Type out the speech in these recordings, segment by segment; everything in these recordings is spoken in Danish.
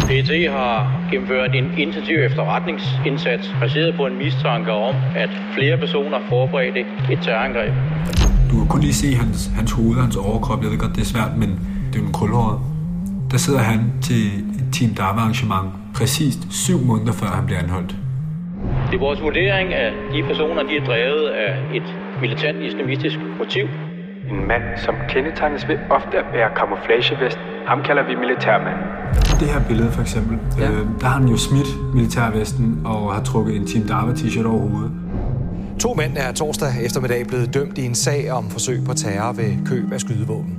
PET har gennemført en intensiv efterretningsindsats baseret på en mistanke om, at flere personer forberedte et terrorangreb. Du kan kun lige se hans hoved og hans overkrop. Jeg ved godt, det er svært, men det er jo en krølhåret. Der sidder han til et Team Dava-arrangement præcist 7 måneder før han bliver anholdt. Det er vores vurdering, at de personer de er drevet af et militant islamistisk motiv. En mand, som kendetegnes ved ofte at bære camouflagevest, ham kalder vi militærmand. Det her billede for eksempel, der har han jo smidt militærvesten og har trukket en Team Dava t-shirt over hovedet. 2 mænd er torsdag eftermiddag blevet dømt i en sag om forsøg på terror ved køb af skydevåben.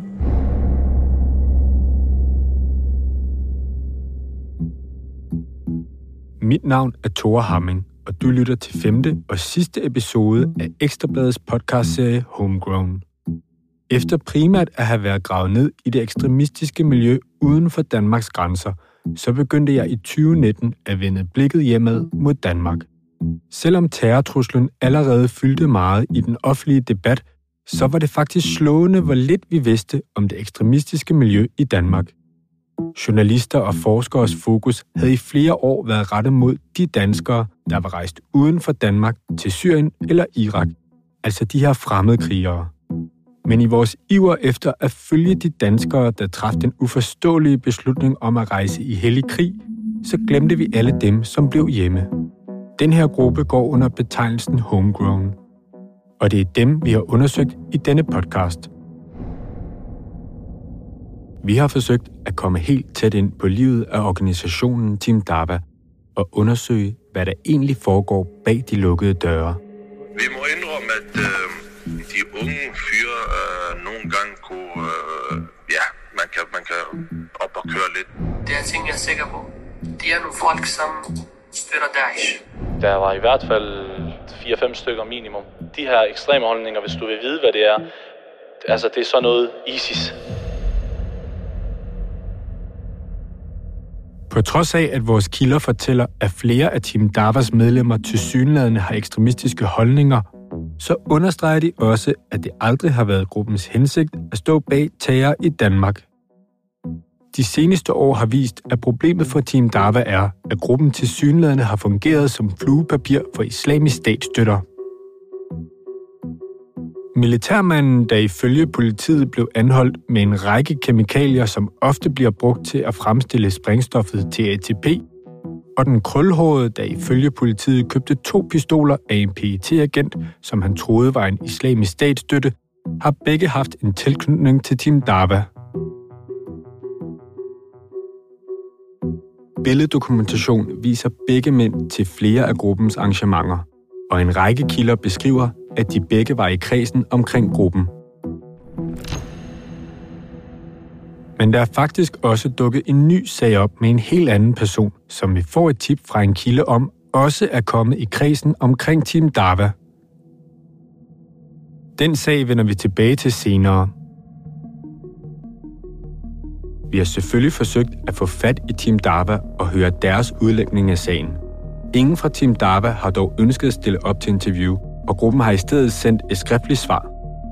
Mit navn er Thor Hamming, og du lytter til 5. og sidste episode af Ekstra Bladets podcastserie Homegrown. Efter primært at have været gravet ned i det ekstremistiske miljø uden for Danmarks grænser, så begyndte jeg i 2019 at vende blikket hjemad mod Danmark. Selvom terrortruslen allerede fyldte meget i den offentlige debat, så var det faktisk slående, hvor lidt vi vidste om det ekstremistiske miljø i Danmark. Journalister og forskeres fokus havde i flere år været rettet mod de danskere, der var rejst uden for Danmark til Syrien eller Irak, altså de her fremmedkrigere. Men i vores iver efter at følge de danskere, der traf den uforståelige beslutning om at rejse i hellig krig, så glemte vi alle dem, som blev hjemme. Den her gruppe går under betegnelsen Homegrown. Og det er dem, vi har undersøgt i denne podcast. Vi har forsøgt at komme helt tæt ind på livet af organisationen Team Dava og undersøge, hvad der egentlig foregår bag de lukkede døre. Vi må indrømme, at de unge fyre nogle gange kunne, man kan op og køre lidt. Det er ting, jeg er sikker på. De er nogle folk, som støtter Daesh. Der var i hvert fald 4-5 stykker minimum. De her ekstreme holdninger, hvis du vil vide, hvad det er, altså det er sådan noget ISIS. På trods af, at vores kilder fortæller, at flere af Team Davas medlemmer tilsyneladende har ekstremistiske holdninger, så understreger de også, at det aldrig har været gruppens hensigt at stå bag terror i Danmark. De seneste år har vist, at problemet for Team Dava er, at gruppen tilsyneladende har fungeret som fluepapir for islamisk statsstøtter. Militærmanden, der ifølge politiet blev anholdt med en række kemikalier, som ofte bliver brugt til at fremstille sprængstoffet TATP, og den krølhårede, der ifølge politiet købte 2 pistoler af en PET-agent, som han troede var en islamisk statsstøtte, har begge haft en tilknytning til Team Dava. Billeddokumentation viser begge mænd til flere af gruppens arrangementer, og en række kilder beskriver, at de begge var i kredsen omkring gruppen. Men der er faktisk også dukket en ny sag op med en helt anden person, som vi får et tip fra en kilde om, også er kommet i kredsen omkring Team Dava. Den sag vender vi tilbage til senere. Vi har selvfølgelig forsøgt at få fat i Team Dava og høre deres udlægning af sagen. Ingen fra Team Dava har dog ønsket at stille op til interview, og gruppen har i stedet sendt et skriftligt svar.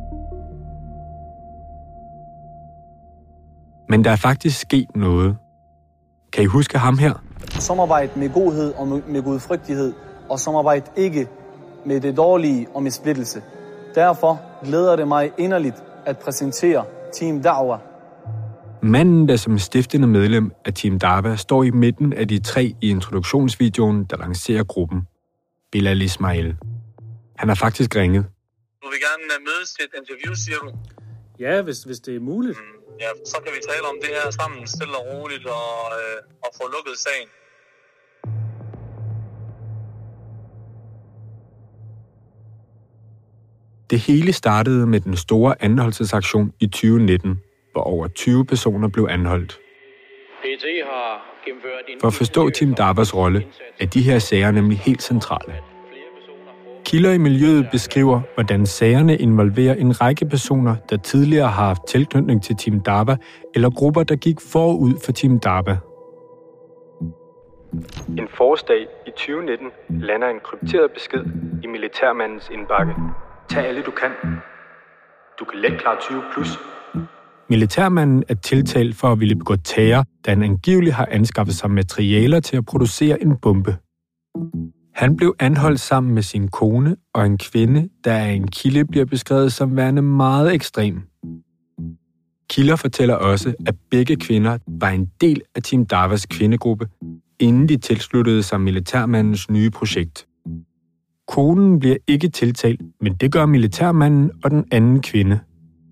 Men der er faktisk sket noget. Kan I huske ham her? Samarbejde med godhed og med godfrygtighed, og samarbejde ikke med det dårlige og med splittelse. Derfor glæder det mig inderligt at præsentere Team Dava. Manden, der som stiftende medlem af Team Dava, står i midten af de 3 i introduktionsvideoen, der lancerer gruppen. Bilal Ismail. Han har faktisk ringet. Du vil gerne mødes til et interview, siger du? Ja, hvis det er muligt. Ja, så kan vi tale om det her sammen stille og roligt og få lukket sagen. Det hele startede med den store anholdelsesaktion i 2019, hvor over 20 personer blev anholdt. PET har gennemført en... For at forstå Team Davas rolle, er de her sager nemlig helt centrale. Kilder i miljøet beskriver, hvordan sagerne involverer en række personer, der tidligere har haft tilknytning til Team Dava, eller grupper, der gik forud for Team Dava. En forårsdag i 2019 lander en krypteret besked i militærmandens indbakke. Tag alle du kan. Du kan let klare 20+. Militærmanden er tiltalt for at ville begå terror, da han angiveligt har anskaffet sig materialer til at producere en bombe. Han blev anholdt sammen med sin kone og en kvinde, der af en kilde bliver beskrevet som værende meget ekstrem. Kilder fortæller også, at begge kvinder var en del af Team Davas kvindegruppe, inden de tilsluttede sig militærmandens nye projekt. Konen bliver ikke tiltalt, men det gør militærmanden og den anden kvinde.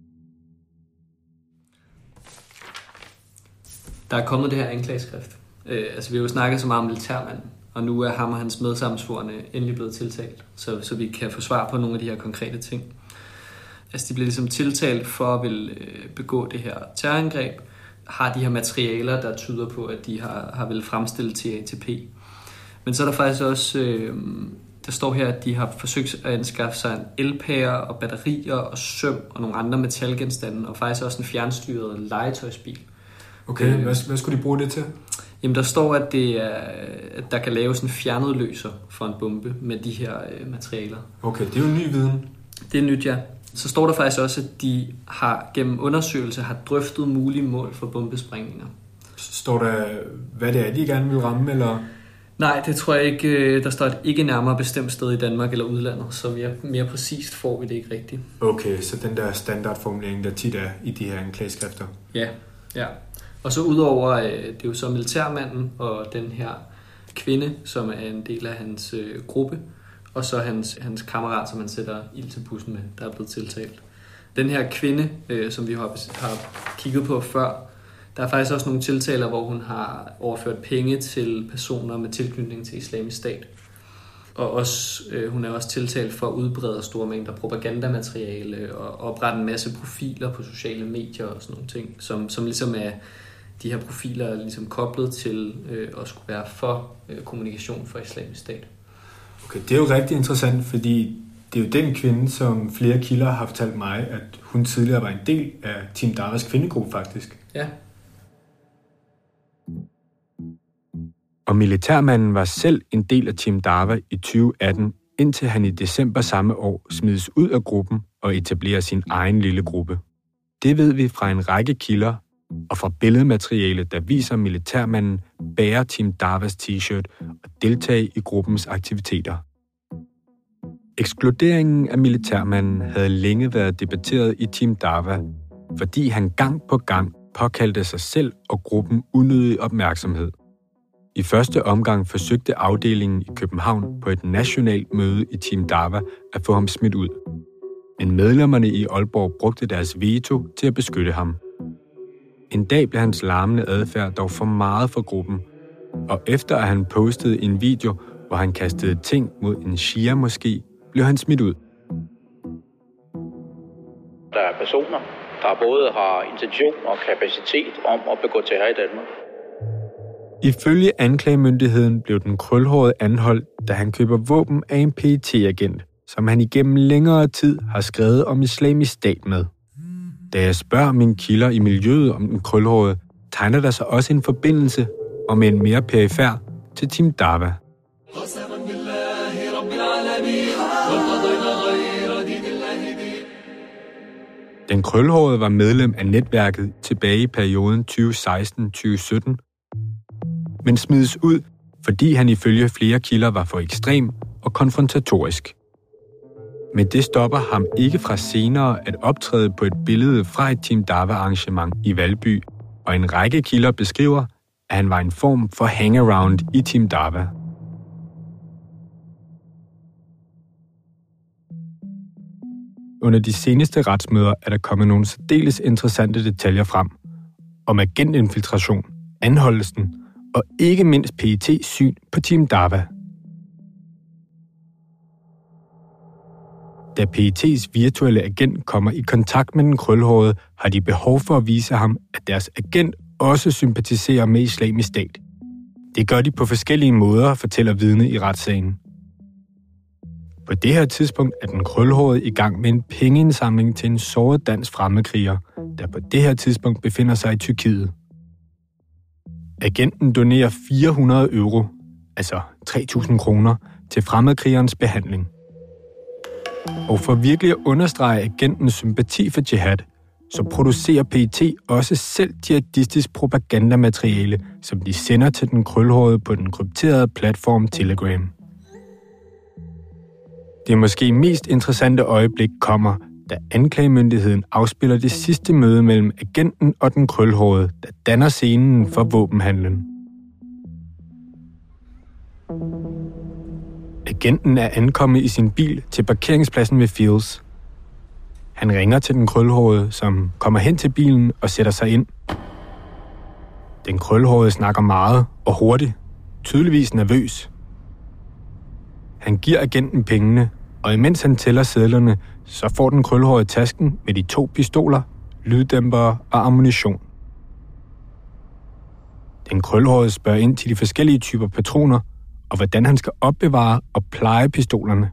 Der er kommet det her anklageskrift. Vi har jo snakket så meget om militærmanden, og nu er ham og hans medsammensvorne endelig blevet tiltalt, så vi kan få svar på nogle af de her konkrete ting. De bliver ligesom tiltalt for at ville begå det her terrorangreb, har de her materialer, der tyder på, at de har ville fremstille TATP. Men så er der faktisk også, der står her, at de har forsøgt at anskaffe sig en elpære og batterier og søm og nogle andre metalgenstande, og faktisk også en fjernstyret legetøjsbil. Okay, hvad skulle de bruge det til? Jamen, der står, at at der kan laves en fjernudløser for en bombe med de her materialer. Okay, det er jo ny viden. Det er nyt, ja. Så står der faktisk også, at de har gennem undersøgelse har drøftet mulige mål for bombesprængninger. Står der, hvad det er, de gerne vil ramme, eller? Nej, det tror jeg ikke. Der står et ikke nærmere bestemt sted i Danmark eller udlandet, så mere præcist får vi det ikke rigtigt. Okay, så den der standardformulering, der tit er i de her anklageskrifter. Ja. Og så udover, det er jo så militærmanden og den her kvinde, som er en del af hans gruppe, og så hans kammerat, som han sætter ild til bussen med, der er blevet tiltalt. Den her kvinde, som vi har kigget på før, der er faktisk også nogle tiltaler, hvor hun har overført penge til personer med tilknytning til Islamisk Stat. Og også, hun er også tiltalt for at udbrede store mængder propagandamateriale og oprette en masse profiler på sociale medier og sådan nogle ting, som ligesom er de her profiler ligesom koblet til at skulle være for kommunikation for Islamisk Stat. Okay, det er jo rigtig interessant, fordi det er jo den kvinde, som flere kilder har fortalt mig, at hun tidligere var en del af Team Davas kvindegruppe faktisk. Ja. Og militærmanden var selv en del af Team Dava i 2018, indtil han i december samme år smides ud af gruppen og etablerer sin egen lille gruppe. Det ved vi fra en række kilder og fra billedmateriale, der viser militærmanden bære Team Davas t-shirt og deltage i gruppens aktiviteter. Ekskluderingen af militærmanden havde længe været debatteret i Team Dava, fordi han gang på gang påkaldte sig selv og gruppen unødig opmærksomhed. I første omgang forsøgte afdelingen i København på et nationalt møde i Team Dava at få ham smidt ud. Men medlemmerne i Aalborg brugte deres veto til at beskytte ham. En dag blev hans larmende adfærd dog for meget for gruppen, og efter at han postede en video, hvor han kastede ting mod en shia-moské, blev han smidt ud. Der er personer, der både har intention og kapacitet om at begå terror i Danmark. Ifølge anklagemyndigheden blev den krølhårede anholdt, da han køber våben af en PET-agent, som han igennem længere tid har skrevet om Islamisk Stat med. Da jeg spørger mine kilder i miljøet om den krølhårede, tegner der sig også en forbindelse, om en mere perifær, til Team Dava. Den krølhårede var medlem af netværket tilbage i perioden 2016-2017, men smides ud, fordi han ifølge flere kilder var for ekstrem og konfrontatorisk. Men det stopper ham ikke fra senere at optræde på et billede fra et Team Dava-arrangement i Valby, og en række kilder beskriver, at han var en form for hangaround i Team Dava. Under de seneste retsmøder er der kommet nogle særdeles interessante detaljer frem om agentinfiltration, anholdelsen og ikke mindst PET's syn på Team Dava. Da PET's virtuelle agent kommer i kontakt med den krølhårede, har de behov for at vise ham, at deres agent også sympatiserer med Islamisk Stat. Det gør de på forskellige måder, fortæller vidne i retssagen. På det her tidspunkt er den krølhårede i gang med en pengeindsamling til en såret dansk fremmedkriger, der på det her tidspunkt befinder sig i Tyrkiet. Agenten donerer 400 euro, altså 3.000 kroner, til fremmedkrigerens behandling. Og for virkelig at understrege agentens sympati for jihad, så producerer PET også selv jihadistisk propagandamateriale, som de sender til den krølhårede på den krypterede platform Telegram. Det måske mest interessante øjeblik kommer, da anklagemyndigheden afspiller det sidste møde mellem agenten og den krølhårede, der danner scenen for våbenhandlen. Agenten er ankommet i sin bil til parkeringspladsen ved Fields. Han ringer til den krølhårede, som kommer hen til bilen og sætter sig ind. Den krølhårede snakker meget og hurtigt, tydeligvis nervøs. Han giver agenten pengene, og imens han tæller sedlerne, så får den krølhårede tasken med de 2 pistoler, lyddæmpere og ammunition. Den krølhårede spørger ind til de forskellige typer patroner, og hvordan han skal opbevare og pleje pistolerne.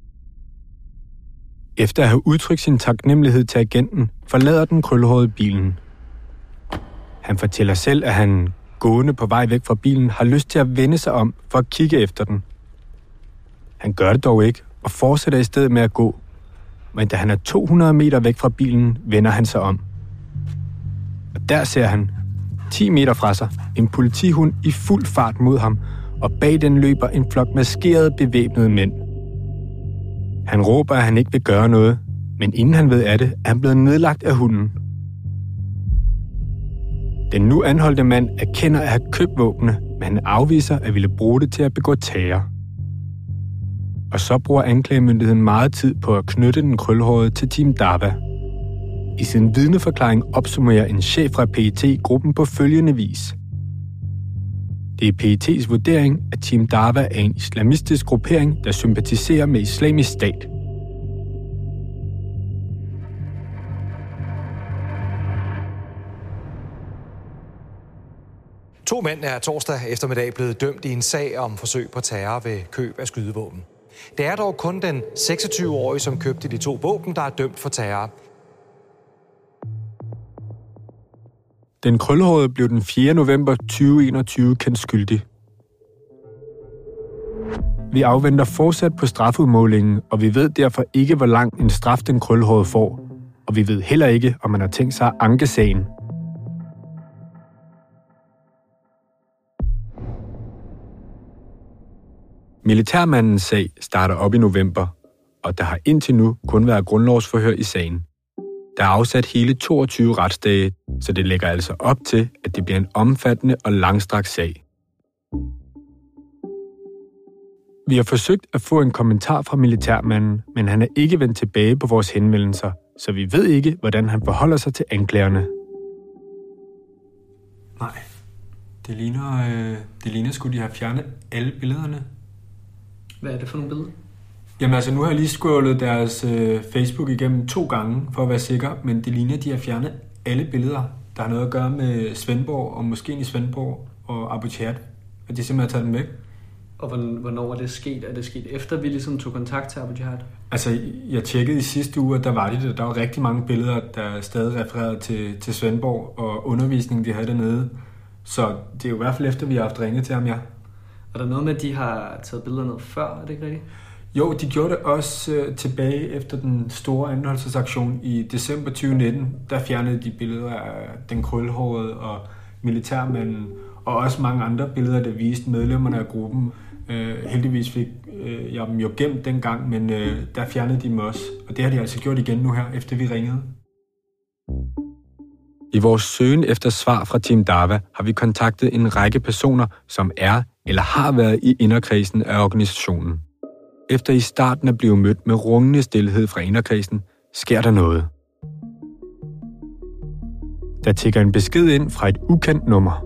Efter at have udtrykt sin taknemmelighed til agenten, forlader den krølhårede bilen. Han fortæller selv, at han, gående på vej væk fra bilen, har lyst til at vende sig om for at kigge efter den. Han gør det dog ikke, og fortsætter i stedet med at gå. Men da han er 200 meter væk fra bilen, vender han sig om. Og der ser han, 10 meter fra sig, en politihund i fuld fart mod ham, og bag den løber en flok maskerede bevæbnede mænd. Han råber, at han ikke vil gøre noget, men inden han ved af det, er han blevet nedlagt af hunden. Den nu anholdte mand erkender at have købt våbne, men han afviser at ville bruge det til at begå terror. Og så bruger anklagemyndigheden meget tid på at knytte den krølhårede til Team Dava. I sin vidneforklaring opsummerer en chef fra PET gruppen på følgende vis. Det er PET's vurdering, at Team Dava er en islamistisk gruppering, der sympatiserer med Islamisk Stat. To mænd er torsdag eftermiddag blevet dømt i en sag om forsøg på terror ved køb af skydevåben. Det er dog kun den 26-årige, som købte de 2 våben, der er dømt for terror. Den krølhårede blev den 4. november 2021 kendt skyldig. Vi afventer fortsat på strafudmålingen, og vi ved derfor ikke, hvor lang en straf den krølhårede får. Og vi ved heller ikke, om man har tænkt sig at anke sagen. Militærmandens sag starter op i november, og der har indtil nu kun været grundlovsforhør i sagen. Der er afsat hele 22 retsdage, så det lægger altså op til, at det bliver en omfattende og langstrakt sag. Vi har forsøgt at få en kommentar fra militærmanden, men han er ikke vendt tilbage på vores henvendelser, så vi ved ikke, hvordan han forholder sig til anklagerne. Nej, det ligner skulle de have fjernet alle billederne. Hvad er det for nogle billeder? Jamen altså, nu har jeg lige scrollet deres Facebook igennem 2 gange, for at være sikker, men det ligner, de har fjernet alle billeder, der har noget at gøre med Svendborg, og måske i Svendborg og Abu Jihad, og de simpelthen har taget dem væk. Og hvornår er det sket? Er det sket efter, vi ligesom tog kontakt til Abu Jihad? Altså, jeg tjekkede i sidste uge, at der var der var rigtig mange billeder, der stadig refererede til Svendborg og undervisningen, de havde dernede. Så det er jo i hvert fald efter, vi har haft ringet til ham, ja. Er der noget med, at de har taget billeder ned før? Er det ikke rigtigt? Jo, de gjorde det også tilbage efter den store anholdelsesaktion i december 2019. Der fjernede de billeder af den krølhårede og militærmanden, og også mange andre billeder, der viste medlemmerne af gruppen. Heldigvis fik jeg dem jo gemt dengang, men der fjernede de dem også. Og det har de altså gjort igen nu her, efter vi ringede. I vores søgen efter svar fra Team Dava har vi kontaktet en række personer, som er eller har været i inderkredsen af organisationen. Efter i starten at blive mødt med rungende stilhed fra inderkredsen, sker der noget. Der tikker en besked ind fra et ukendt nummer.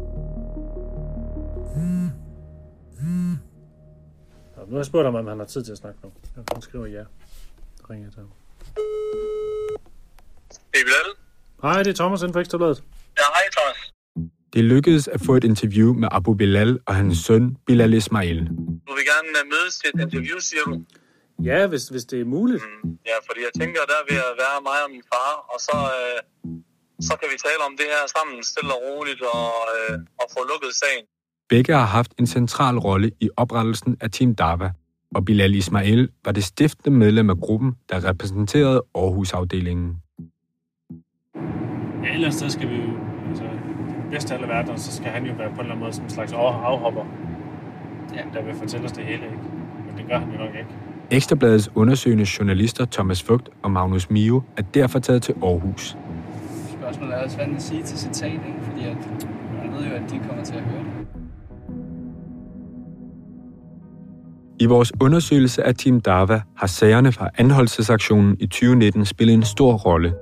Nu har jeg spurgt ham, om han har tid til at snakke nu. Han skriver ja. Så ringer jeg til ham. Hej, Bilal. Hej, det er Thomas inden for Ekstrabladet. Ja, hej Thomas. Det lykkedes at få et interview med Abu Bilal og hans søn Bilal Ismail. Du vil gerne mødes til et interview, siger du? Ja, hvis det er muligt. Ja, fordi jeg tænker, der vil være mig og min far, og så kan vi tale om det her sammen stille og roligt og få lukket sagen. Begge har haft en central rolle i oprettelsen af Team Dava, og Bilal Ismail var det stiftende medlem af gruppen, der repræsenterede Aarhus-afdelingen. Ja, et eller andet sted skal vi jo, altså, den bedste af alle verden, så skal han jo være på en eller anden måde som en slags afhopper, der vil fortælle os det hele, ikke? Men det gør han jo nok ikke. Ekstrabladets undersøgende journalister Thomas Vogt og Magnus Mio er derfor taget til Aarhus. Spørgsmålet er også, hvad han vil sige til citat, ikke? Fordi man ved jo, at de kommer til at høre det. I vores undersøgelse af Team Dava har sagerne fra anholdelsesaktionen i 2019 spillet en stor rolle.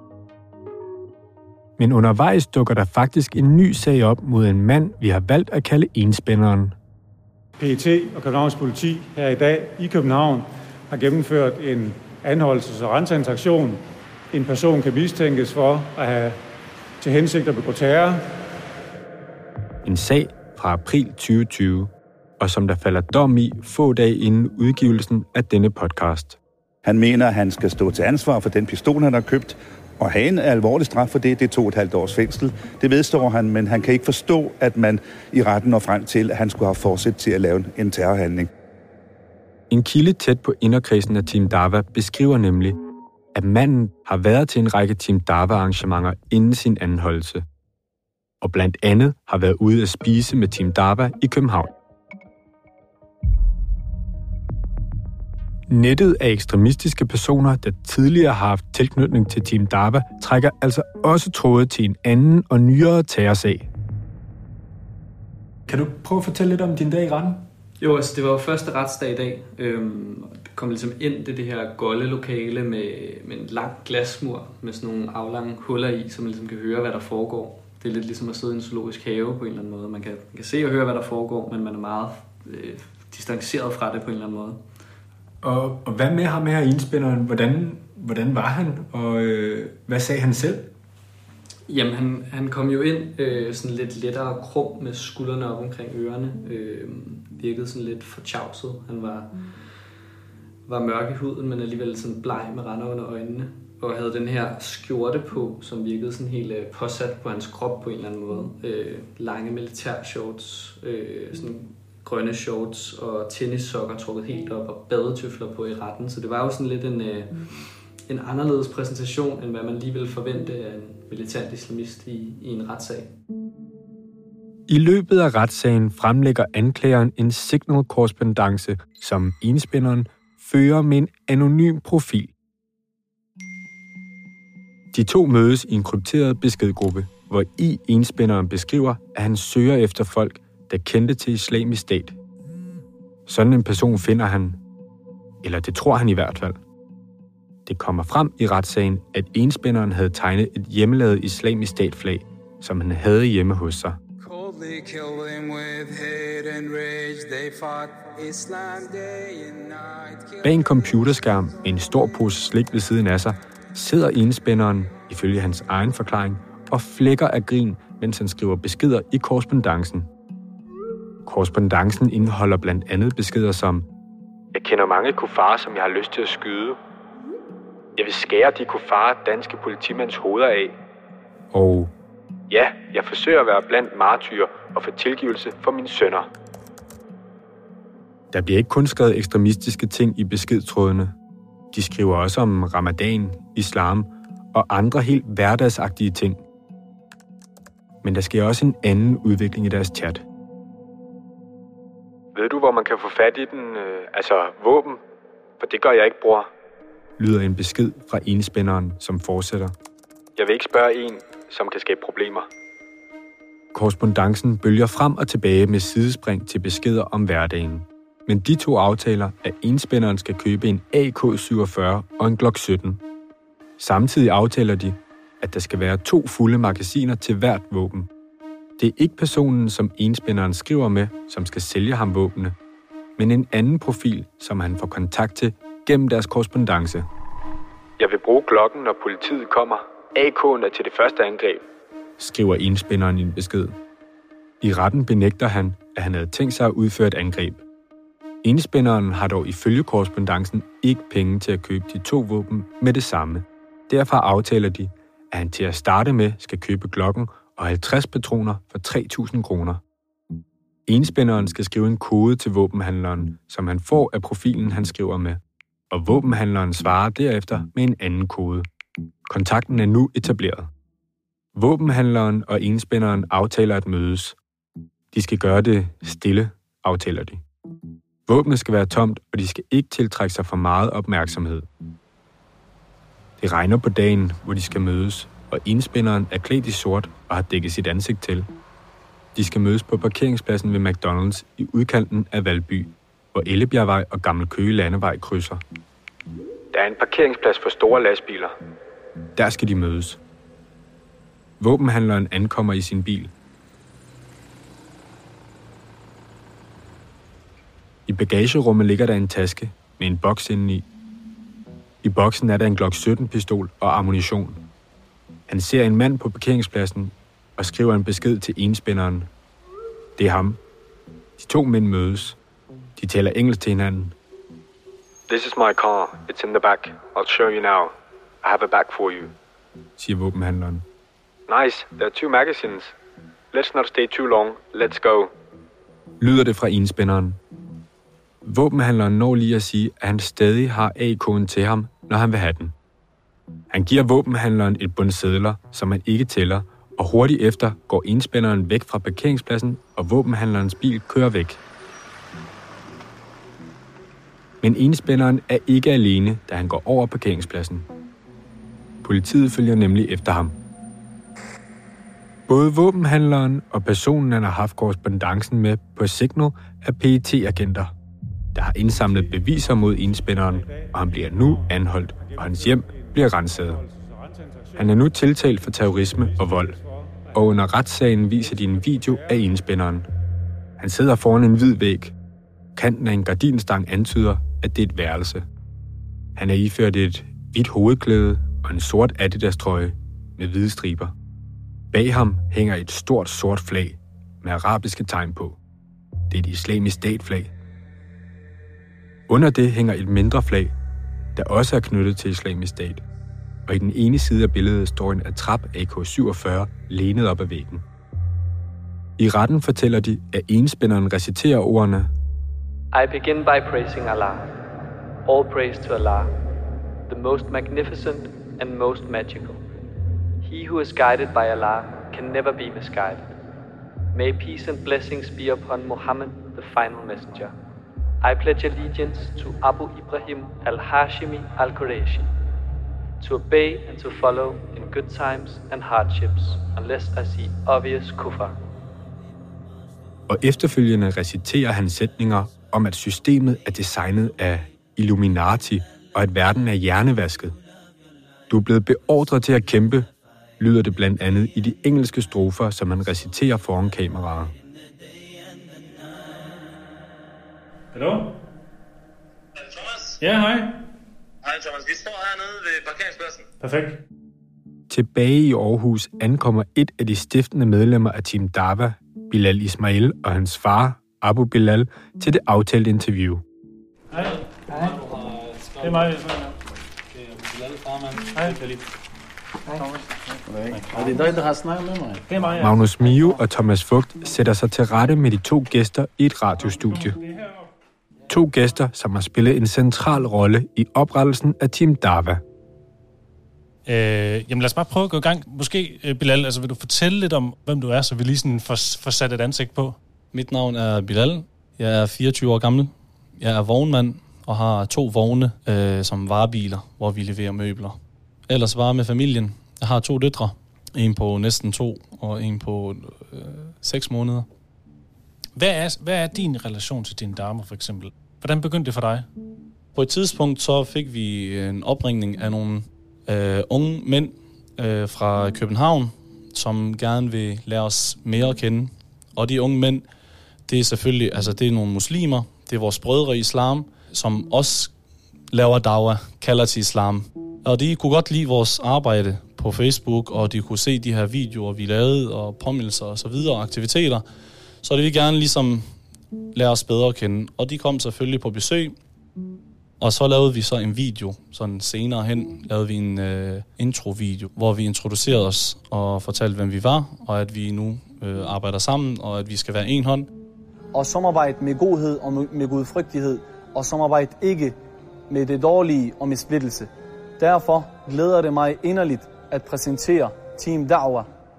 Men undervejs dukker der faktisk en ny sag op mod en mand, vi har valgt at kalde enspænderen. PET og Københavns politi her i dag i København har gennemført en anholdelses- og ransagningsaktion. En person kan mistænkes for at have til hensigt at begå terror. En sag fra april 2020, og som der falder dom i få dage inden udgivelsen af denne podcast. Han mener, at han skal stå til ansvar for den pistol, han har købt, og have en alvorlig straf for det. Det er 2,5 års fængsel. Det vedstår han, men han kan ikke forstå, at man i retten når frem til, at han skulle have fortsat til at lave en terrorhandling. En kilde tæt på inderkredsen af Team Dava beskriver nemlig, at manden har været til en række Team Dava-arrangementer inden sin anholdelse, og blandt andet har været ude at spise med Team Dava i København. Nettet af ekstremistiske personer, der tidligere har haft tilknytning til Team Dava, trækker altså også tråde til en anden og nyere terrorsag. Kan du prøve at fortælle lidt om din dag i retten? Jo, altså det var jo første retsdag i dag. Kom ligesom ind i det her golde lokale med en lang glasmur med sådan nogle aflange huller i, så man ligesom kan høre, hvad der foregår. Det er lidt ligesom at sidde i en zoologisk have på en eller anden måde. Man kan se og høre, hvad der foregår, men man er meget distanceret fra det på en eller anden måde. Og hvad med ham her, enspænderen? Hvordan var han, og hvad sagde han selv? Jamen, han kom jo ind sådan lidt lettere krum med skuldrene op omkring ørerne. Virkede sådan lidt fortjavset. Han var mørk i huden, men alligevel sådan bleg med render under øjnene. Og havde den her skjorte på, som virkede sådan helt påsat på hans krop på en eller anden måde. Lange militærshorts, sådan grønne shorts og tennissokker trukket helt op og badetøfler på i retten. Så det var jo sådan lidt en anderledes præsentation, end hvad man lige ville forvente af en militant islamist i en retssag. I løbet af retssagen fremlægger anklageren en signal-korrespondance, som enspænderen fører med en anonym profil. De to mødes i en krypteret beskedgruppe, hvor enspænderen beskriver, at han søger efter folk, der kendte til Islamisk Stat. Sådan en person finder han, eller det tror han i hvert fald. Det kommer frem i retssagen, at enspænderen havde tegnet et hjemmelavet Islamisk Stat-flag, som han havde hjemme hos sig. Bag en computerskærm med en stor pose slik ved siden af sig, sidder enspænderen, ifølge hans egen forklaring, og flækker af grin, mens han skriver beskeder i korrespondancen. Korrespondancen indeholder blandt andet beskeder som: Jeg kender mange kufarer, som jeg har lyst til at skyde. Jeg vil skære de kufarer danske politimænds hoveder af. Og ja, jeg forsøger at være blandt martyrer og få tilgivelse for mine sønner. Der bliver ikke kun skrevet ekstremistiske ting i beskedtrådene. De skriver også om ramadan, islam og andre helt hverdagsagtige ting. Men der sker også en anden udvikling i deres chat. Ved du, hvor man kan få fat i den, våben? For det gør jeg ikke, bror. Lyder en besked fra enspænderen, som fortsætter. Jeg vil ikke spørge en, som kan skabe problemer. Korrespondancen bølger frem og tilbage med sidespring til beskeder om hverdagen. Men de to aftaler, at enspænderen skal købe en AK-47 og en Glock 17. Samtidig aftaler de, at der skal være 2 fulde magasiner til hvert våben. Det er ikke personen, som enspænderen skriver med, som skal sælge ham våbnene, men en anden profil, som han får kontakt til gennem deres korrespondance. Jeg vil bruge Glocken, når politiet kommer. AK'en er til det første angreb, skriver enspænderen i en besked. I retten benægter han, at han havde tænkt sig at udføre et angreb. Enspænderen har dog ifølge korrespondancen ikke penge til at købe de 2 våben med det samme. Derfor aftaler de, at han til at starte med skal købe Glocken og 50 patroner for 3.000 kroner. Enspænderen skal skrive en kode til våbenhandleren, som han får af profilen, han skriver med. Og våbenhandleren svarer derefter med en anden kode. Kontakten er nu etableret. Våbenhandleren og enspænderen aftaler at mødes. De skal gøre det stille, aftaler de. Våbnet skal være tomt, og de skal ikke tiltrække sig for meget opmærksomhed. Det regner på dagen, hvor de skal mødes, og enspænderen er klædt i sort og har dækket sit ansigt til. De skal mødes på parkeringspladsen ved McDonald's i udkanten af Valby, hvor Ellebjergvej og Gammel Køge Landevej krydser. Der er en parkeringsplads for store lastbiler. Der skal de mødes. Våbenhandleren ankommer i sin bil. I bagagerummet ligger der en taske med en boks indeni. I boksen er der en Glock 17-pistol og ammunition. Han ser en mand på parkeringspladsen og skriver en besked til enspænderen. Det er ham. De to mænd mødes. De taler engelsk til hinanden. This is my car. It's in the back. I'll show you now. I have a bag for you, siger våbenhandleren. Nice. There are 2 magazines. Let's not stay too long. Let's go. Lyder det fra enspænderen. Våbenhandleren når lige at sige, at han stadig har AK'en til ham, når han vil have den. Han giver våbenhandleren et bundt sedler, som han ikke tæller, og hurtigt efter går enspænderen væk fra parkeringspladsen, og våbenhandlerens bil kører væk. Men enspænderen er ikke alene, da han går over parkeringspladsen. Politiet følger nemlig efter ham. Både våbenhandleren og personen, han har haft korrespondancen med på Signal, er PET-agenter, der har indsamlet beviser mod enspænderen, og han bliver nu anholdt, og hans hjem bliver renset. Han er nu tiltalt for terrorisme og vold, og under retssagen viser de en video af enspænderen. Han sidder foran en hvid væg. Kanten af en gardinstang antyder, at det er et værelse. Han er iført et hvidt hovedklæde og en sort Adidas-trøje med hvide striber. Bag ham hænger et stort sort flag med arabiske tegn på. Det er et islamisk stat-flag. Under det hænger et mindre flag, der også er knyttet til islamisk stat. Og i den ene side af billedet står en Atrap AK-47 lænet op ad væggen. I retten fortæller de, at enspænderen reciterer ordene: I begin by praising Allah. All praise to Allah, the most magnificent and most magical. He who is guided by Allah can never be misguided. May peace and blessings be upon Muhammad, the final messenger. I pledge allegiance to Abu Ibrahim al-Hashimi al-Qurayshi, to obey and to follow in good times and hardships, unless I see obvious kufar. Og efterfølgende reciterer han sætninger om, at systemet er designet af Illuminati, og at verden er hjernevasket. Du er blevet beordret til at kæmpe, lyder det blandt andet i de engelske strofer, som han reciterer foran kameraet. Hallo? Thomas? Ja, hej. Hej Thomas, vi står hernede ved parkeringspladsen. Perfekt. Tilbage i Aarhus ankommer et af de stiftende medlemmer af Team Dawa, Bilal Ismail, og hans far, Abu Bilal, til det aftalte interview. Hej. Hej. Det er mig, det er Bilal, farmand. Hej, Philip. Er det dig, der har snakket med mig? Det er mig, ja. Magnus Mio og Thomas Fugt sætter sig til rette med de to gæster i et radiostudie. To gæster, som har spillet en central rolle i oprettelsen af Team Dawa. Jamen lad os bare prøve at gå i gang. Måske, Bilal, altså vil du fortælle lidt om, hvem du er, så vi lige sådan får sat et ansigt på? Mit navn er Bilal. Jeg er 24 år gammel. Jeg er vognmand og har 2 vogne som varebiler, hvor vi leverer møbler. Ellers var med familien. Jeg har 2 døtre. En på næsten 2 og en på 6 måneder. Hvad er din relation til dine damer, for eksempel? Hvordan begyndte det for dig? På et tidspunkt så fik vi en opringning af nogle unge mænd fra København, som gerne vil lære os mere at kende. Og de unge mænd, det er selvfølgelig, altså det er nogle muslimer, det er vores brødre i islam, som også laver dawa, kalder til islam. Og de kunne godt lide vores arbejde på Facebook, og de kunne se de her videoer, vi lavede, og påmindelser og så videre, aktiviteter. Så det vil gerne ligesom lære os bedre at kende. Og de kom selvfølgelig på besøg, og så lavede vi så en video, sådan senere hen lavede vi en introvideo, hvor vi introducerede os og fortalte, hvem vi var, og at vi nu arbejder sammen, og at vi skal være en hånd. Og samarbejde med godhed og med gudfrygtighed, og samarbejde ikke med det dårlige og med splittelse. Derfor glæder det mig inderligt at præsentere Team Dawa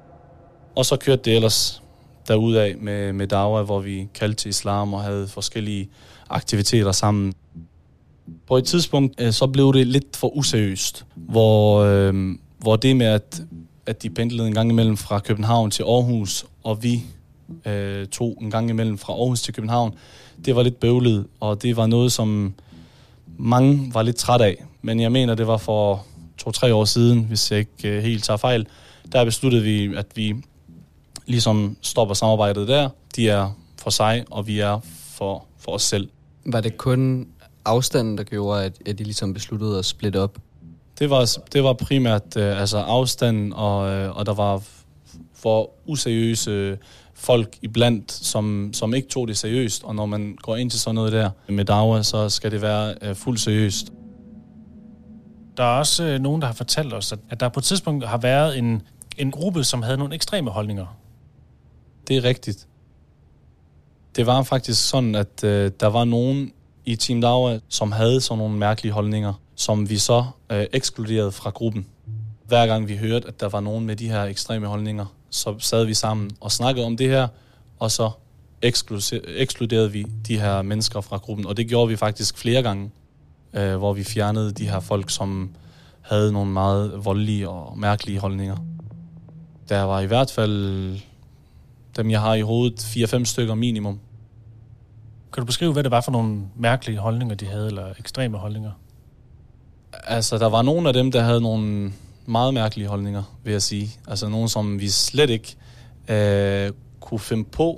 Og så kørte det ellers derudad med Dawa, hvor vi kaldte til islam og havde forskellige aktiviteter sammen. På et tidspunkt så blev det lidt for useriøst, hvor det med, at de pendlede en gang imellem fra København til Aarhus, og vi tog en gang imellem fra Aarhus til København, det var lidt bøvlet, og det var noget, som mange var lidt træt af. Men jeg mener, det var for 2-3 år siden, hvis jeg ikke helt tager fejl. Der besluttede vi, at vi ligesom stopper samarbejdet der. De er for sig, og vi er for os selv. Var det kun afstanden, der gjorde, at de ligesom besluttede at splitte op? Det var primært afstanden, og der var for useriøse folk iblandt, som ikke tog det seriøst. Og når man går ind til sådan noget der med Dawa, så skal det være fuldt seriøst. Der er også nogen, der har fortalt os, at der på et tidspunkt har været en gruppe, som havde nogle ekstreme holdninger. Det er rigtigt. Det var faktisk sådan, at der var nogen i Team Dawa, som havde sådan nogle mærkelige holdninger, som vi så ekskluderede fra gruppen. Hver gang vi hørte, at der var nogen med de her ekstreme holdninger, så sad vi sammen og snakkede om det her, og så ekskluderede vi de her mennesker fra gruppen. Og det gjorde vi faktisk flere gange, hvor vi fjernede de her folk, som havde nogle meget voldelige og mærkelige holdninger. Der var i hvert fald dem, jeg har i hovedet, 4-5 stykker minimum. Kan du beskrive, hvad det var for nogle mærkelige holdninger, de havde, eller ekstreme holdninger? Altså, der var nogle af dem, der havde nogle meget mærkelige holdninger, vil jeg sige. Altså, nogle, som vi slet ikke kunne finde på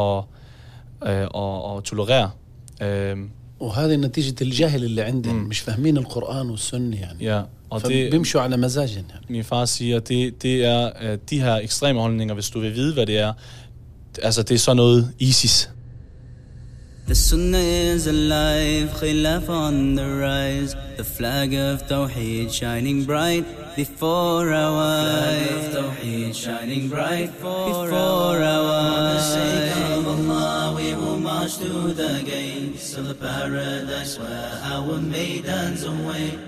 og tolerere. وهذه نتيجة الجهل اللي عندهم مش فاهمين القرآن والسنة يعني. Ja, og فبيمشوا على مزاجهم يعني. Min far siger, at det er de her ekstreme holdninger, hvis du vil vide, hvad det er. Altså, det er sådan noget ISIS. The Sunnah is alive, Khilaf on the rise. The flag of Tawheed shining bright before our eyes. The flag of Tawheed shining bright before our eyes. For the sake of Allah, we will march to the gates of the paradise where our maidens await.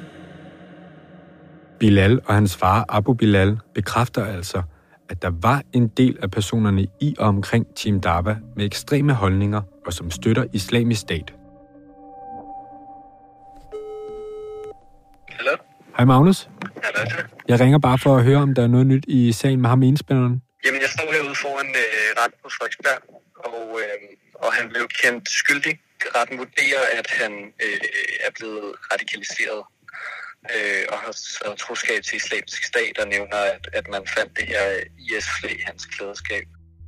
Bilal og hans far Abu Bilal bekræfter altså, at der var en del af personerne i og omkring Team Dawa med ekstreme holdninger og som støtter Islamisk Stat. Hallo? Hej Magnus. Hallo. Jeg ringer bare for at høre, om der er noget nyt i sagen med ham enspænderen. Jamen, jeg står herude foran retten på Frederiksberg, og han blev kendt skyldig. Retten vurderer, at han er blevet radikaliseret og har troskab til Islamisk Stat, og nævner, at man fandt det her IS-flag i hans klædeskab.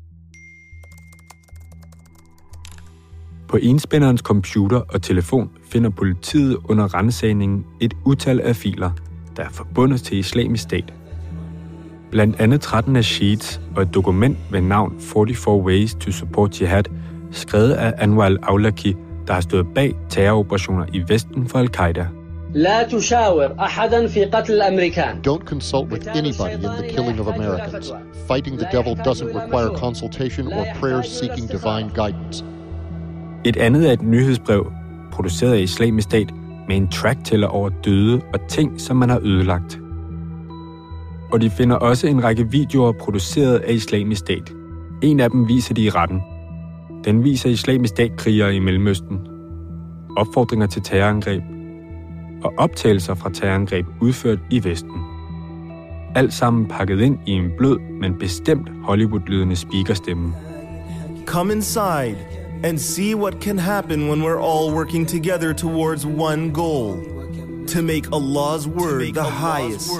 På enspænderens computer og telefon finder politiet under ransagningen et utal af filer, der er forbundet til Islamisk Stat. Blandt andet 13 af sheets og et dokument ved navn 44 Ways to Support Jihad, skrevet af Anwar al-Awlaki, der har stået bag terroroperationer i Vesten for al-Qaida. لا تشاور أحدا في قتل الأمريكان. Don't consult with anybody in the killing of Americans. Fighting the devil doesn't require consultation or prayers seeking divine guidance. Et andet er et nyhedsbrev, produceret af Islamisk Stat, med en tracktæller over døde og ting, som man har ødelagt. Og de finder også en række videoer produceret af Islamisk Stat. En af dem viser de i retten. Den viser Islamisk Stat-krigere i Mellemøsten, opfordringer til terrorangreb og optagelser fra terrorangreb udført i Vesten. Alt sammen pakket ind i en blød, men bestemt Hollywood-lydende speakerstemme. Come inside and see what can happen when we're all working together towards one goal. To make Allah's word the highest.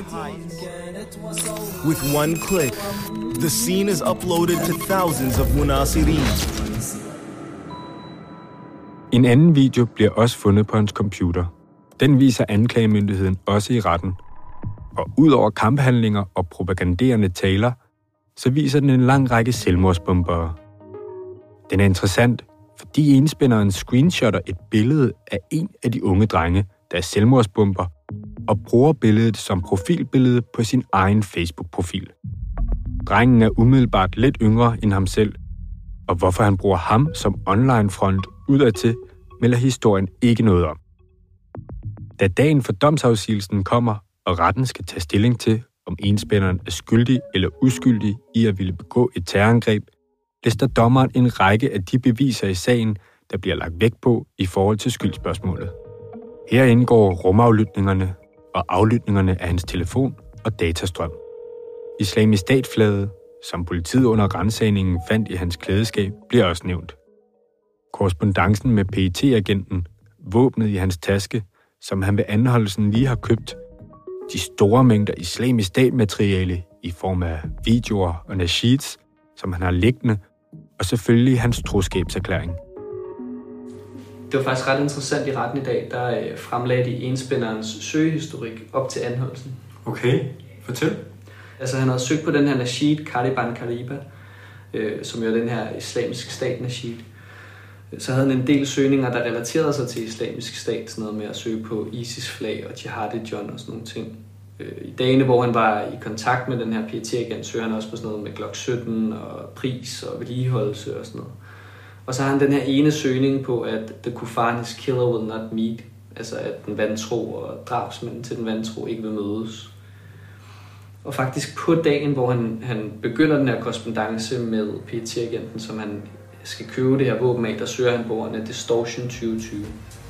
With one click, the scene is uploaded to thousands of munasirin. En anden video bliver også fundet på hans computer. Den viser anklagemyndigheden også i retten. Og udover kamphandlinger og propaganderende taler, så viser den en lang række selvmordsbombere. Den er interessant, fordi enspænderen screenshotter et billede af en af de unge drenge, der er selvmordsbomber, og bruger billedet som profilbillede på sin egen Facebook-profil. Drengen er umiddelbart lidt yngre end ham selv, og hvorfor han bruger ham som online-front udadtil, melder historien ikke noget om. Da dagen for domsafsigelsen kommer, og retten skal tage stilling til, om enspænderen er skyldig eller uskyldig i at ville begå et terrorangreb, lister dommeren en række af de beviser i sagen, der bliver lagt vægt på i forhold til skyldspørgsmålet. Her indgår rumaflytningerne og aflytningerne af hans telefon og datastrøm. Islamisk Stat-flaget, som politiet under ransagningen fandt i hans klædeskab, bliver også nævnt. Korrespondancen med PET-agenten, våbnet i hans taske, som han ved anholdelsen lige har købt, de store mængder Islamisk Stat-materiale i form af videoer og nasheeds, som han har liggende, og selvfølgelig hans troskabserklæring. Det var faktisk ret interessant i retten i dag, der fremlagde de enspænderens søgehistorik op til anholdelsen. Okay, fortæl. Altså han havde søgt på den her nasheed, Caliban Kariba, som jo er den her Islamisk Stat nasheed. Så havde han en del søgninger, der relaterede sig til Islamisk Stat, sådan noget med at søge på ISIS-flag og Jihad i John og sådan nogle ting. I dagene, hvor han var i kontakt med den her PET-agent, søger han også på sådan noget med Glock 17 og pris og vedligeholdelse og sådan noget. Og så har han den her ene søgning på, at the kufar's killer will not meet, altså at den vantro og drabsmanden til den vantro ikke vil mødes. Og faktisk på dagen, hvor han begynder den her korrespondance med PET-agenten, som han skal købe det her våben af, der søger han på ordene Distortion 2020.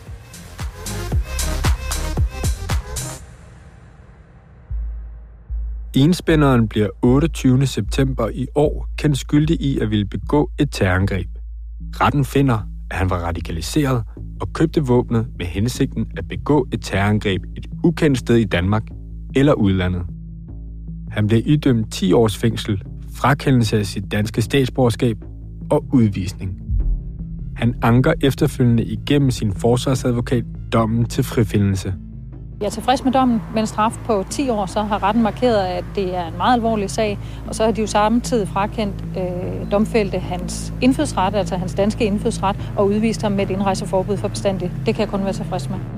Enspænderen bliver 28. september i år kendt skyldig i at ville begå et terrorangreb. Retten finder, at han var radikaliseret og købte våbnet med hensigten at begå et terrorangreb et ukendt sted i Danmark eller udlandet. Han blev idømt 10 års fængsel, frakendelse af sit danske statsborgerskab og udvisning. Han anker efterfølgende igennem sin forsvarsadvokat dommen til frifindelse. Jeg er tilfreds med dommen, med en straf på 10 år, så har retten markeret, at det er en meget alvorlig sag, og så har de jo samtidig frakendt domfældte hans indfødsret, altså hans danske indfødsret, og udvist ham med et indrejseforbud for bestandigt. Det kan jeg kun være tilfreds med.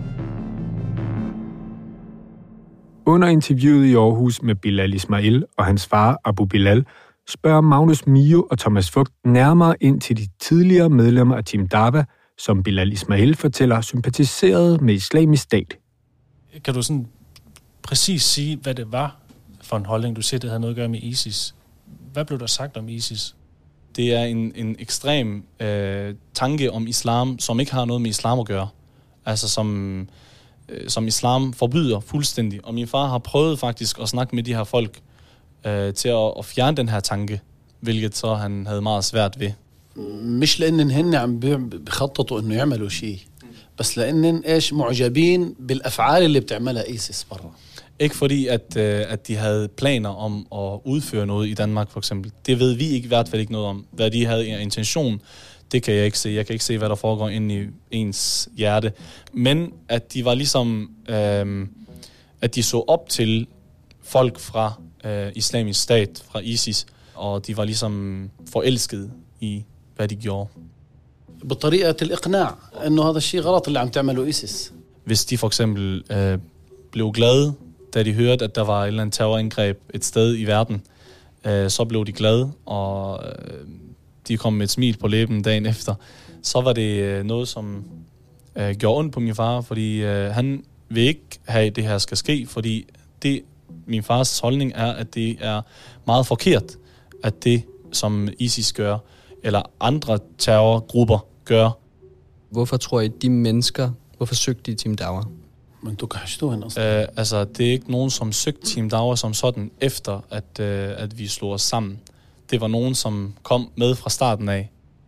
Under interviewet i Aarhus med Bilal Ismail og hans far Abu Bilal, spørger Magnus Mio og Thomas Vogt nærmere ind til de tidligere medlemmer af Team Dawa, som Bilal Ismail fortæller sympatiserede med Islamisk Stat. Kan du sådan præcis sige, hvad det var for en holdning, du siger, det havde noget at gøre med ISIS? Hvad blev der sagt om ISIS? Det er en ekstrem tanke om islam, som ikke har noget med islam at gøre. Altså som islam forbyder fuldstændig. Og min far har prøvet faktisk at snakke med de her folk til at fjerne den her tanke, hvilket så han havde meget svært ved. مش لأن هن عم بخططوا إنه يعملوا شيء بس لأن إيش معجبين بالأفعال اللي بتعملها ISIS برا. Ikke fordi, at de havde planer om at udføre noget i Danmark, for eksempel. Det ved vi i hvert fald ikke noget om. Hvad de havde en intention, det kan jeg ikke se. Jeg kan ikke se, hvad der foregår inde i ens hjerte. Men at de var ligesom, at de så op til folk fra Islamisk Stat, fra ISIS, og de var ligesom forelskede i, hvad de gjorde. بطريقة الإقناع إنه هذا الشيء غلط اللي عم تعمله ISIS. Hvis de for eksempel blev glade, da de hørte, at der var et eller andet terrorangreb et sted i verden, så blev de glade, og de kom med et smil på læben dagen efter. Så var det noget, som gjorde ondt på min far, fordi han vil ikke have, at det her skal ske, fordi min fars holdning er, at det er meget forkert, at det, som ISIS gør, eller andre terrorgrupper gør. Hvorfor tror I, de mennesker, hvorfor søgte de Team Dawa? Men du kan stå hen også. Altså, det er ikke nogen, som søgte Team Dawa som sådan, efter at vi slog os sammen. Det var nogen, som kom med fra starten af.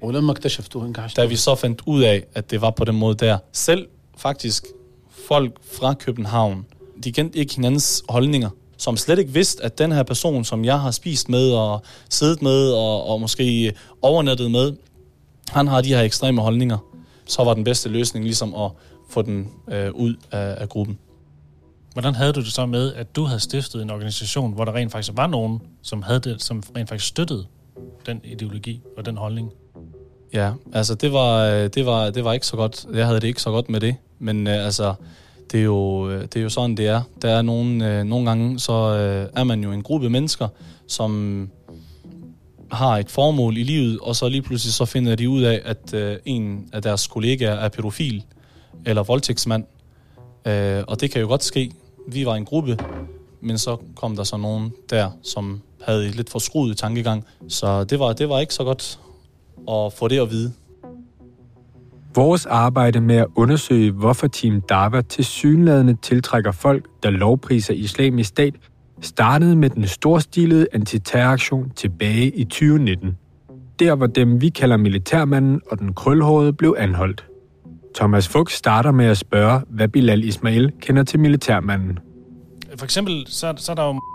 Da vi så fandt ud af, at det var på den måde der. Selv faktisk folk fra København, de kendte ikke hinandens holdninger, som slet ikke vidste, at den her person, som jeg har spist med og siddet med og måske overnattet med, han har de her ekstreme holdninger. Så var den bedste løsning ligesom at få den ud af gruppen. Hvordan havde du det så med, at du havde stiftet en organisation, hvor der rent faktisk var nogen, som rent faktisk støttede den ideologi og den holdning? Ja, altså det var ikke så godt. Jeg havde det ikke så godt med det, men altså det er jo sådan det er. Der er nogle gange så er man jo en gruppe mennesker, som har et formål i livet, og så lige pludselig så finder de ud af, at en af deres kollegaer er pædofil eller voldtægtsmand. Og det kan jo godt ske. Vi var en gruppe men så kom der så nogen der, som havde lidt forskruet tankegang. Så det var ikke så godt at få det at vide. Vores arbejde med at undersøge, hvorfor Team Dawa tilsyneladende tiltrækker folk, der lovpriser Islamisk Stat, startede med den storstilede antiterroraktion tilbage i 2019. Der hvor dem, vi kalder militærmanden og den krølhårede, blev anholdt. Thomas Fuchs starter med at spørge, hvad Bilal Ismail kender til militærmanden. For eksempel, så er der jo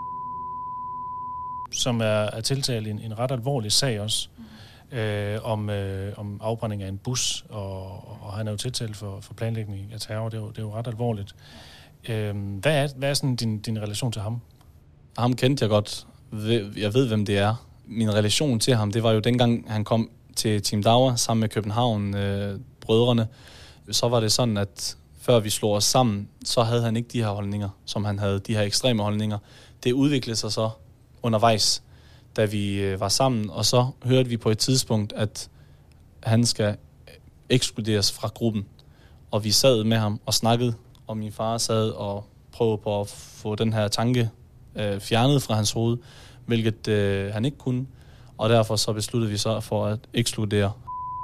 som er tiltalt i en ret alvorlig sag også, om afbrænding af en bus, og han er jo tiltalt for planlægning af terror. Det er jo ret alvorligt. Hvad er sådan din relation til ham? Ham kendte jeg godt. Jeg ved, hvem det er. Min relation til ham, det var jo dengang, han kom til Team Dawa sammen med København, brødrene. Så var det sådan, at før vi slog os sammen, så havde han ikke de her holdninger, som han havde, de her ekstreme holdninger. Det udviklede sig så undervejs, da vi var sammen, og så hørte vi på et tidspunkt, at han skal ekskluderes fra gruppen. Og vi sad med ham og snakkede, og min far sad og prøvede på at få den her tanke fjernet fra hans hoved, hvilket han ikke kunne, og derfor så besluttede vi så for at ekskludere.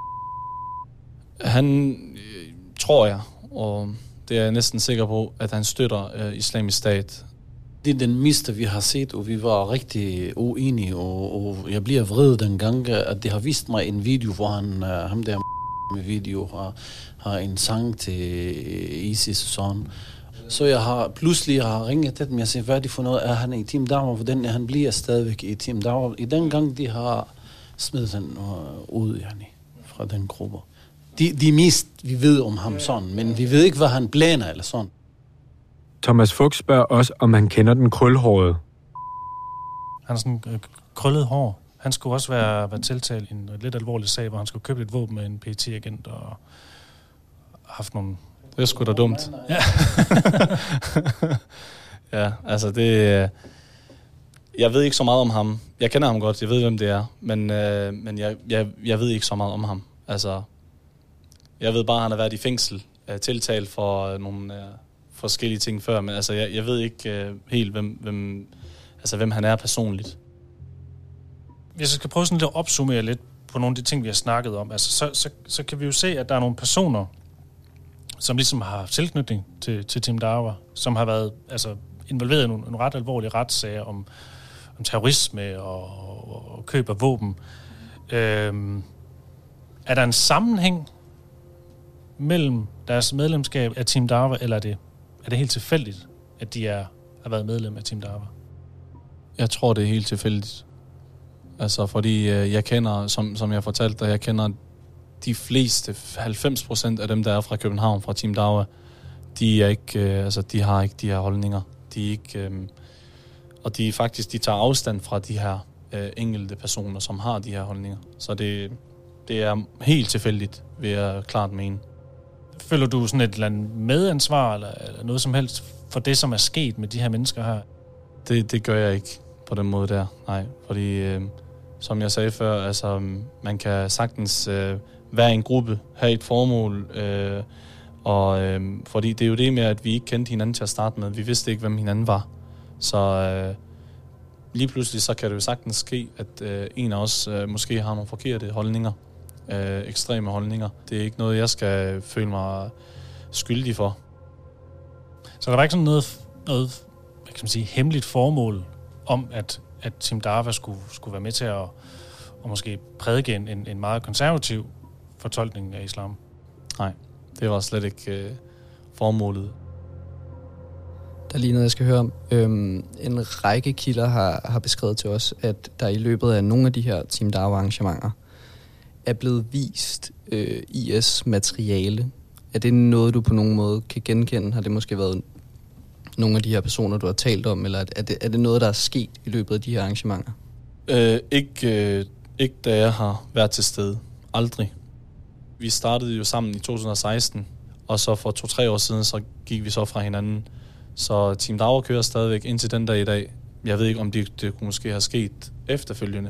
Han, tror jeg, og det er jeg næsten sikker på, at han støtter Islamisk Stat. Det er den miste, vi har set, og vi var rigtig uenige, og jeg bliver vred den gang, at det har vist mig en video, hvor ham der med video har en sang til ISIS og sådan. Så jeg har pludselig ringet til dem, jeg siger, hvad er det for noget? Er han i Team Dawa? Hvordan han bliver stadigvæk i Team Dawa? I den gang, de har smidt den ud fra den gruppe. De mest, vi ved om ham sådan, men vi ved ikke, hvad han planer eller sådan. Thomas Fuchs spørger også, om han kender den krølhårede. Han har sådan krøllet hår. Han skulle også være tiltalt i en lidt alvorlig sag, hvor han skulle købe et våben med en PET-agent og haft nogle... Det er sgu da dumt. Ja. Ja, altså det... Jeg ved ikke så meget om ham. Jeg kender ham godt, jeg ved, hvem det er. Men jeg ved ikke så meget om ham. Altså, jeg ved bare, at han har været i fængsel, tiltalt for nogle forskellige ting før. Men altså, jeg ved ikke helt, hvem han er personligt. Hvis jeg skal prøve sådan lidt at opsummere lidt på nogle af de ting, vi har snakket om, altså, så kan vi jo se, at der er nogle personer, som ligesom har tilknytning til Team Dawa, som har været involveret i nogle ret alvorlige retssager om terrorisme og køb af våben. Er der en sammenhæng mellem deres medlemskab af Team Dawa, eller er det helt tilfældigt, at de har været medlem af Team Dawa? Jeg tror, det er helt tilfældigt. Altså, fordi jeg kender, som jeg fortalte dig, jeg kender de fleste, 90% af dem, der er fra København, fra Team Dawa, de er ikke, de har ikke de her holdninger. De er ikke, og de faktisk, de tager afstand fra de her enkelte personer, som har de her holdninger. Så det er helt tilfældigt, vil jeg klart mene. Føler du sådan et eller andet medansvar, eller noget som helst, for det, som er sket med de her mennesker her? Det gør jeg ikke på den måde der, nej. Fordi, som jeg sagde før, altså, man kan sagtens være en gruppe, have et formål, fordi det er jo det med, at vi ikke kendte hinanden til at starte med. Vi vidste ikke, hvem hinanden var. Så lige pludselig, så kan det jo sagtens ske, at en af os måske har nogle forkerte holdninger, ekstreme holdninger. Det er ikke noget, jeg skal føle mig skyldig for. Så der var ikke sådan noget hvad kan man sige, hemmeligt formål om, at Team Dawa skulle være med til at måske prædike en meget konservativ fortolkning af islam? Nej, det var slet ikke formålet. Der er lige noget, jeg skal høre om. En række kilder har beskrevet til os, at der i løbet af nogle af de her Team Dawa-arrangementer er blevet vist IS-materiale. Er det noget, du på nogen måde kan genkende? Har det måske været nogle af de her personer, du har talt om, eller er det noget, der er sket i løbet af de her arrangementer? Ikke da jeg har været til stede. Aldrig. Vi startede jo sammen i 2016, og så for 2-3 år siden, så gik vi så fra hinanden. Så Team Dawa kører stadigvæk indtil den dag i dag. Jeg ved ikke, om det kunne måske have sket efterfølgende.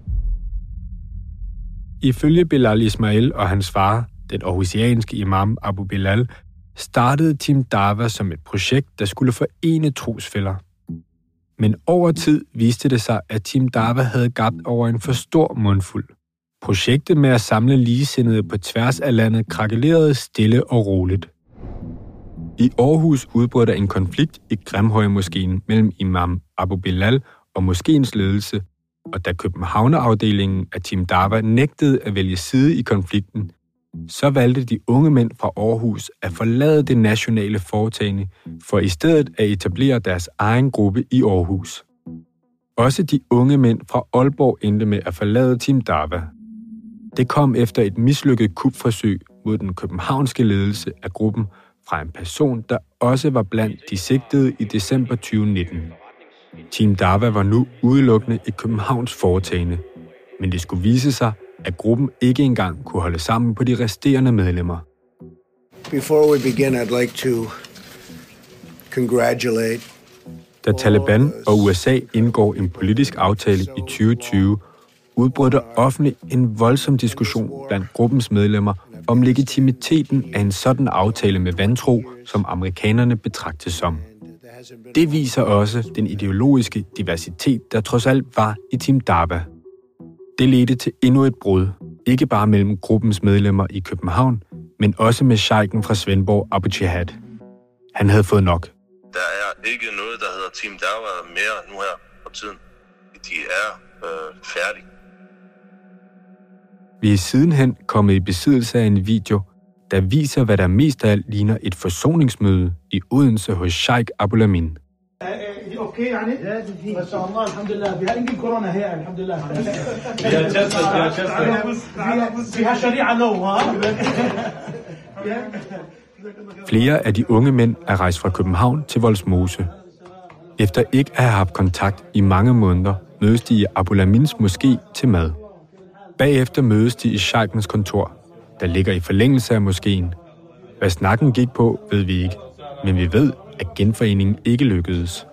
Ifølge Bilal Ismail og hans far, den aarhusianske imam Abu Bilal, startede Team Dawa som et projekt, der skulle forene trosfæller. Men over tid viste det sig, at Team DAWA havde gabt over en for stor mundfuld. Projektet med at samle ligesindede på tværs af landet krakelerede stille og roligt. I Aarhus udbrød der en konflikt i Grimhøjmoskeen mellem imam Abu Bilal og moskeens ledelse, og da Københavnerafdelingen af Team DAWA nægtede at vælge side i konflikten, så valgte de unge mænd fra Aarhus at forlade det nationale foretagende for i stedet at etablere deres egen gruppe i Aarhus. Også de unge mænd fra Aalborg endte med at forlade Team DAWA. Det kom efter et mislykket kupforsøg mod den københavnske ledelse af gruppen fra en person, der også var blandt de sigtede i december 2019. Team DAWA var nu udelukkende et Københavns foretagende, men det skulle vise sig, at gruppen ikke engang kunne holde sammen på de resterende medlemmer. Before we begin, I'd like to congratulate. Da Taliban og USA indgår en politisk aftale i 2020, udbrød der offentligt en voldsom diskussion blandt gruppens medlemmer om legitimiteten af en sådan aftale med vantro, som amerikanerne betragtes som. Det viser også den ideologiske diversitet, der trods alt var i Team DAWA. Det ledte til endnu et brud, ikke bare mellem gruppens medlemmer i København, men også med sheiken fra Svendborg, Abu Jihad. Han havde fået nok. Der er ikke noget, der hedder Team DAWA mere nu her på tiden. De er færdige. Vi er sidenhen kommet i besiddelse af en video, der viser, hvad der mest af alt ligner et forsoningsmøde i Odense hos Sheikh Abu Lamin. Okay, يعني ما شاء الله الحمد لله vi har ingen corona her الحمد لله vi har sharia lov. Flere af de unge mænd er rejst fra København til Vollsmose. Efter ikke at have haft kontakt i mange måneder, mødes de i Abu Lamins moské til mad. Bagefter mødes de i sheikhens kontor, der ligger i forlængelse af moskeen. Hvad snakken gik på, ved vi ikke, men vi ved, at genforeningen ikke lykkedes.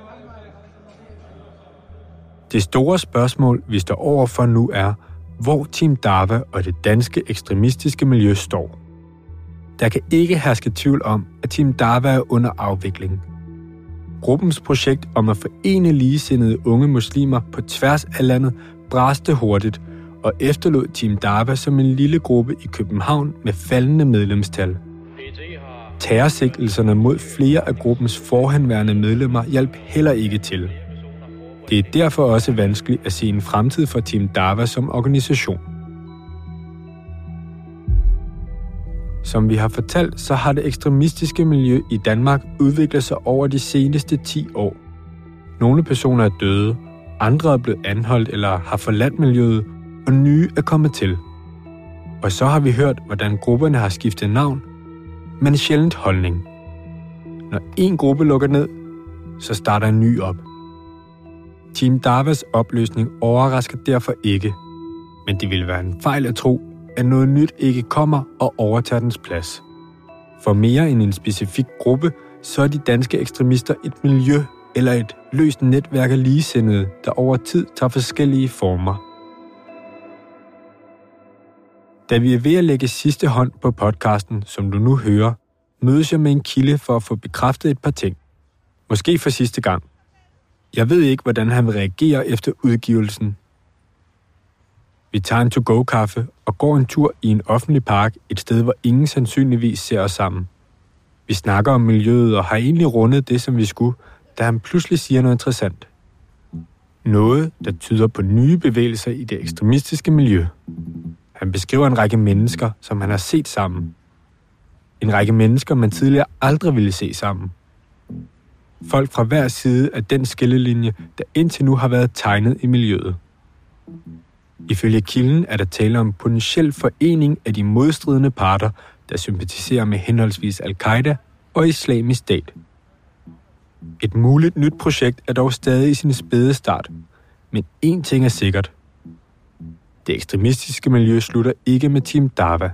Det store spørgsmål, vi står overfor nu, er, hvor Team DAWA og det danske ekstremistiske miljø står. Der kan ikke herske tvivl om, at Team DAWA er under afvikling. Gruppens projekt om at forene ligesindede unge muslimer på tværs af landet braste hurtigt og efterlod Team DAWA som en lille gruppe i København med faldende medlemstal. Terrorsigtelserne mod flere af gruppens forhenværende medlemmer hjalp heller ikke til. Det er derfor også vanskeligt at se en fremtid for Team DAWA som organisation. Som vi har fortalt, så har det ekstremistiske miljø i Danmark udviklet sig over de seneste 10 år. Nogle personer er døde, andre er blevet anholdt eller har forladt miljøet, og nye er kommet til. Og så har vi hørt, hvordan grupperne har skiftet navn, men sjældent holdning. Når en gruppe lukker ned, så starter en ny op. Team DAWAs opløsning overrasker derfor ikke, men det vil være en fejl at tro, at noget nyt ikke kommer og overtager dens plads. For mere end en specifik gruppe, så er de danske ekstremister et miljø eller et løst netværk af ligesindede, der over tid tager forskellige former. Da vi er ved at lægge sidste hånd på podcasten, som du nu hører, mødes jeg med en kilde for at få bekræftet et par ting. Måske for sidste gang. Jeg ved ikke, hvordan han vil reagere efter udgivelsen. Vi tager en to-go-kaffe og går en tur i en offentlig park, et sted, hvor ingen sandsynligvis ser os sammen. Vi snakker om miljøet og har egentlig rundet det, som vi skulle, da han pludselig siger noget interessant. Noget, der tyder på nye bevægelser i det ekstremistiske miljø. Han beskriver en række mennesker, som han har set sammen. En række mennesker, man tidligere aldrig ville se sammen. Folk fra hver side af den skillelinje, der indtil nu har været tegnet i miljøet. Ifølge kilden er der tale om potentiel forening af de modstridende parter, der sympatiserer med henholdsvis Al-Qaida og Islamisk Stat. Et muligt nyt projekt er dog stadig i sin spæde start, men én ting er sikkert. Det ekstremistiske miljø slutter ikke med Team DAWA.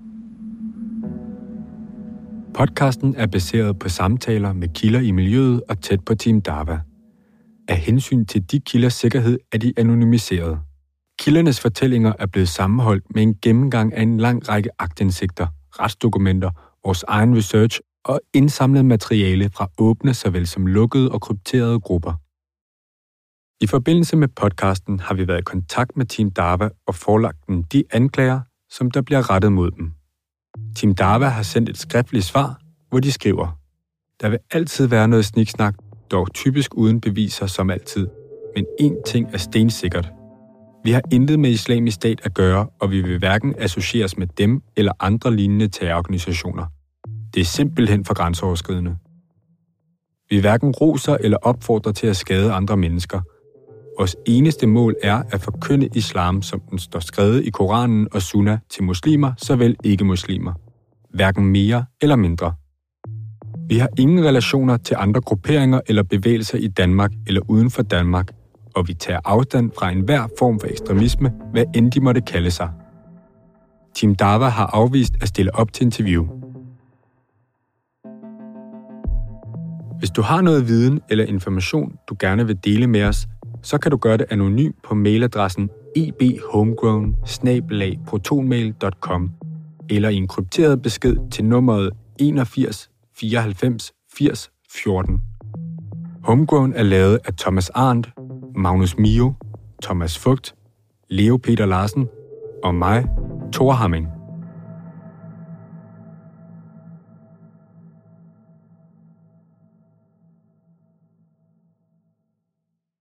Podcasten er baseret på samtaler med kilder i miljøet og tæt på Team DAWA. Af hensyn til de kilders sikkerhed er de anonymiseret. Kildernes fortællinger er blevet sammenholdt med en gennemgang af en lang række aktindsigter, retsdokumenter, vores egen research og indsamlet materiale fra åbne såvel som lukkede og krypterede grupper. I forbindelse med podcasten har vi været i kontakt med Team Dawa og forelagt dem de anklager, som der bliver rettet mod dem. Team Dawa har sendt et skriftligt svar, hvor de skriver: Der vil altid være noget sniksnak, dog typisk uden beviser som altid. Men én ting er stensikkert. Vi har intet med Islamisk Stat at gøre, og vi vil hverken associeres med dem eller andre lignende terrororganisationer. Det er simpelthen for grænseoverskridende. Vi hverken roser eller opfordrer til at skade andre mennesker. Vores eneste mål er at forkynde islam, som den står skrevet i Koranen og Sunna til muslimer, såvel ikke-muslimer. Hverken mere eller mindre. Vi har ingen relationer til andre grupperinger eller bevægelser i Danmark eller uden for Danmark, og vi tager afstand fra enhver form for ekstremisme, hvad end de måtte kalde sig. Team Dawa har afvist at stille op til interview. Hvis du har noget viden eller information, du gerne vil dele med os, så kan du gøre det anonymt på mailadressen ebhomegrown@protonmail.com eller i en krypteret besked til nummeret 81 94 80 14. Homegrown er lavet af Thomas Arndt, Magnus Mio, Thomas Fugt, Leo Peter Larsen og mig, Thor Hamming.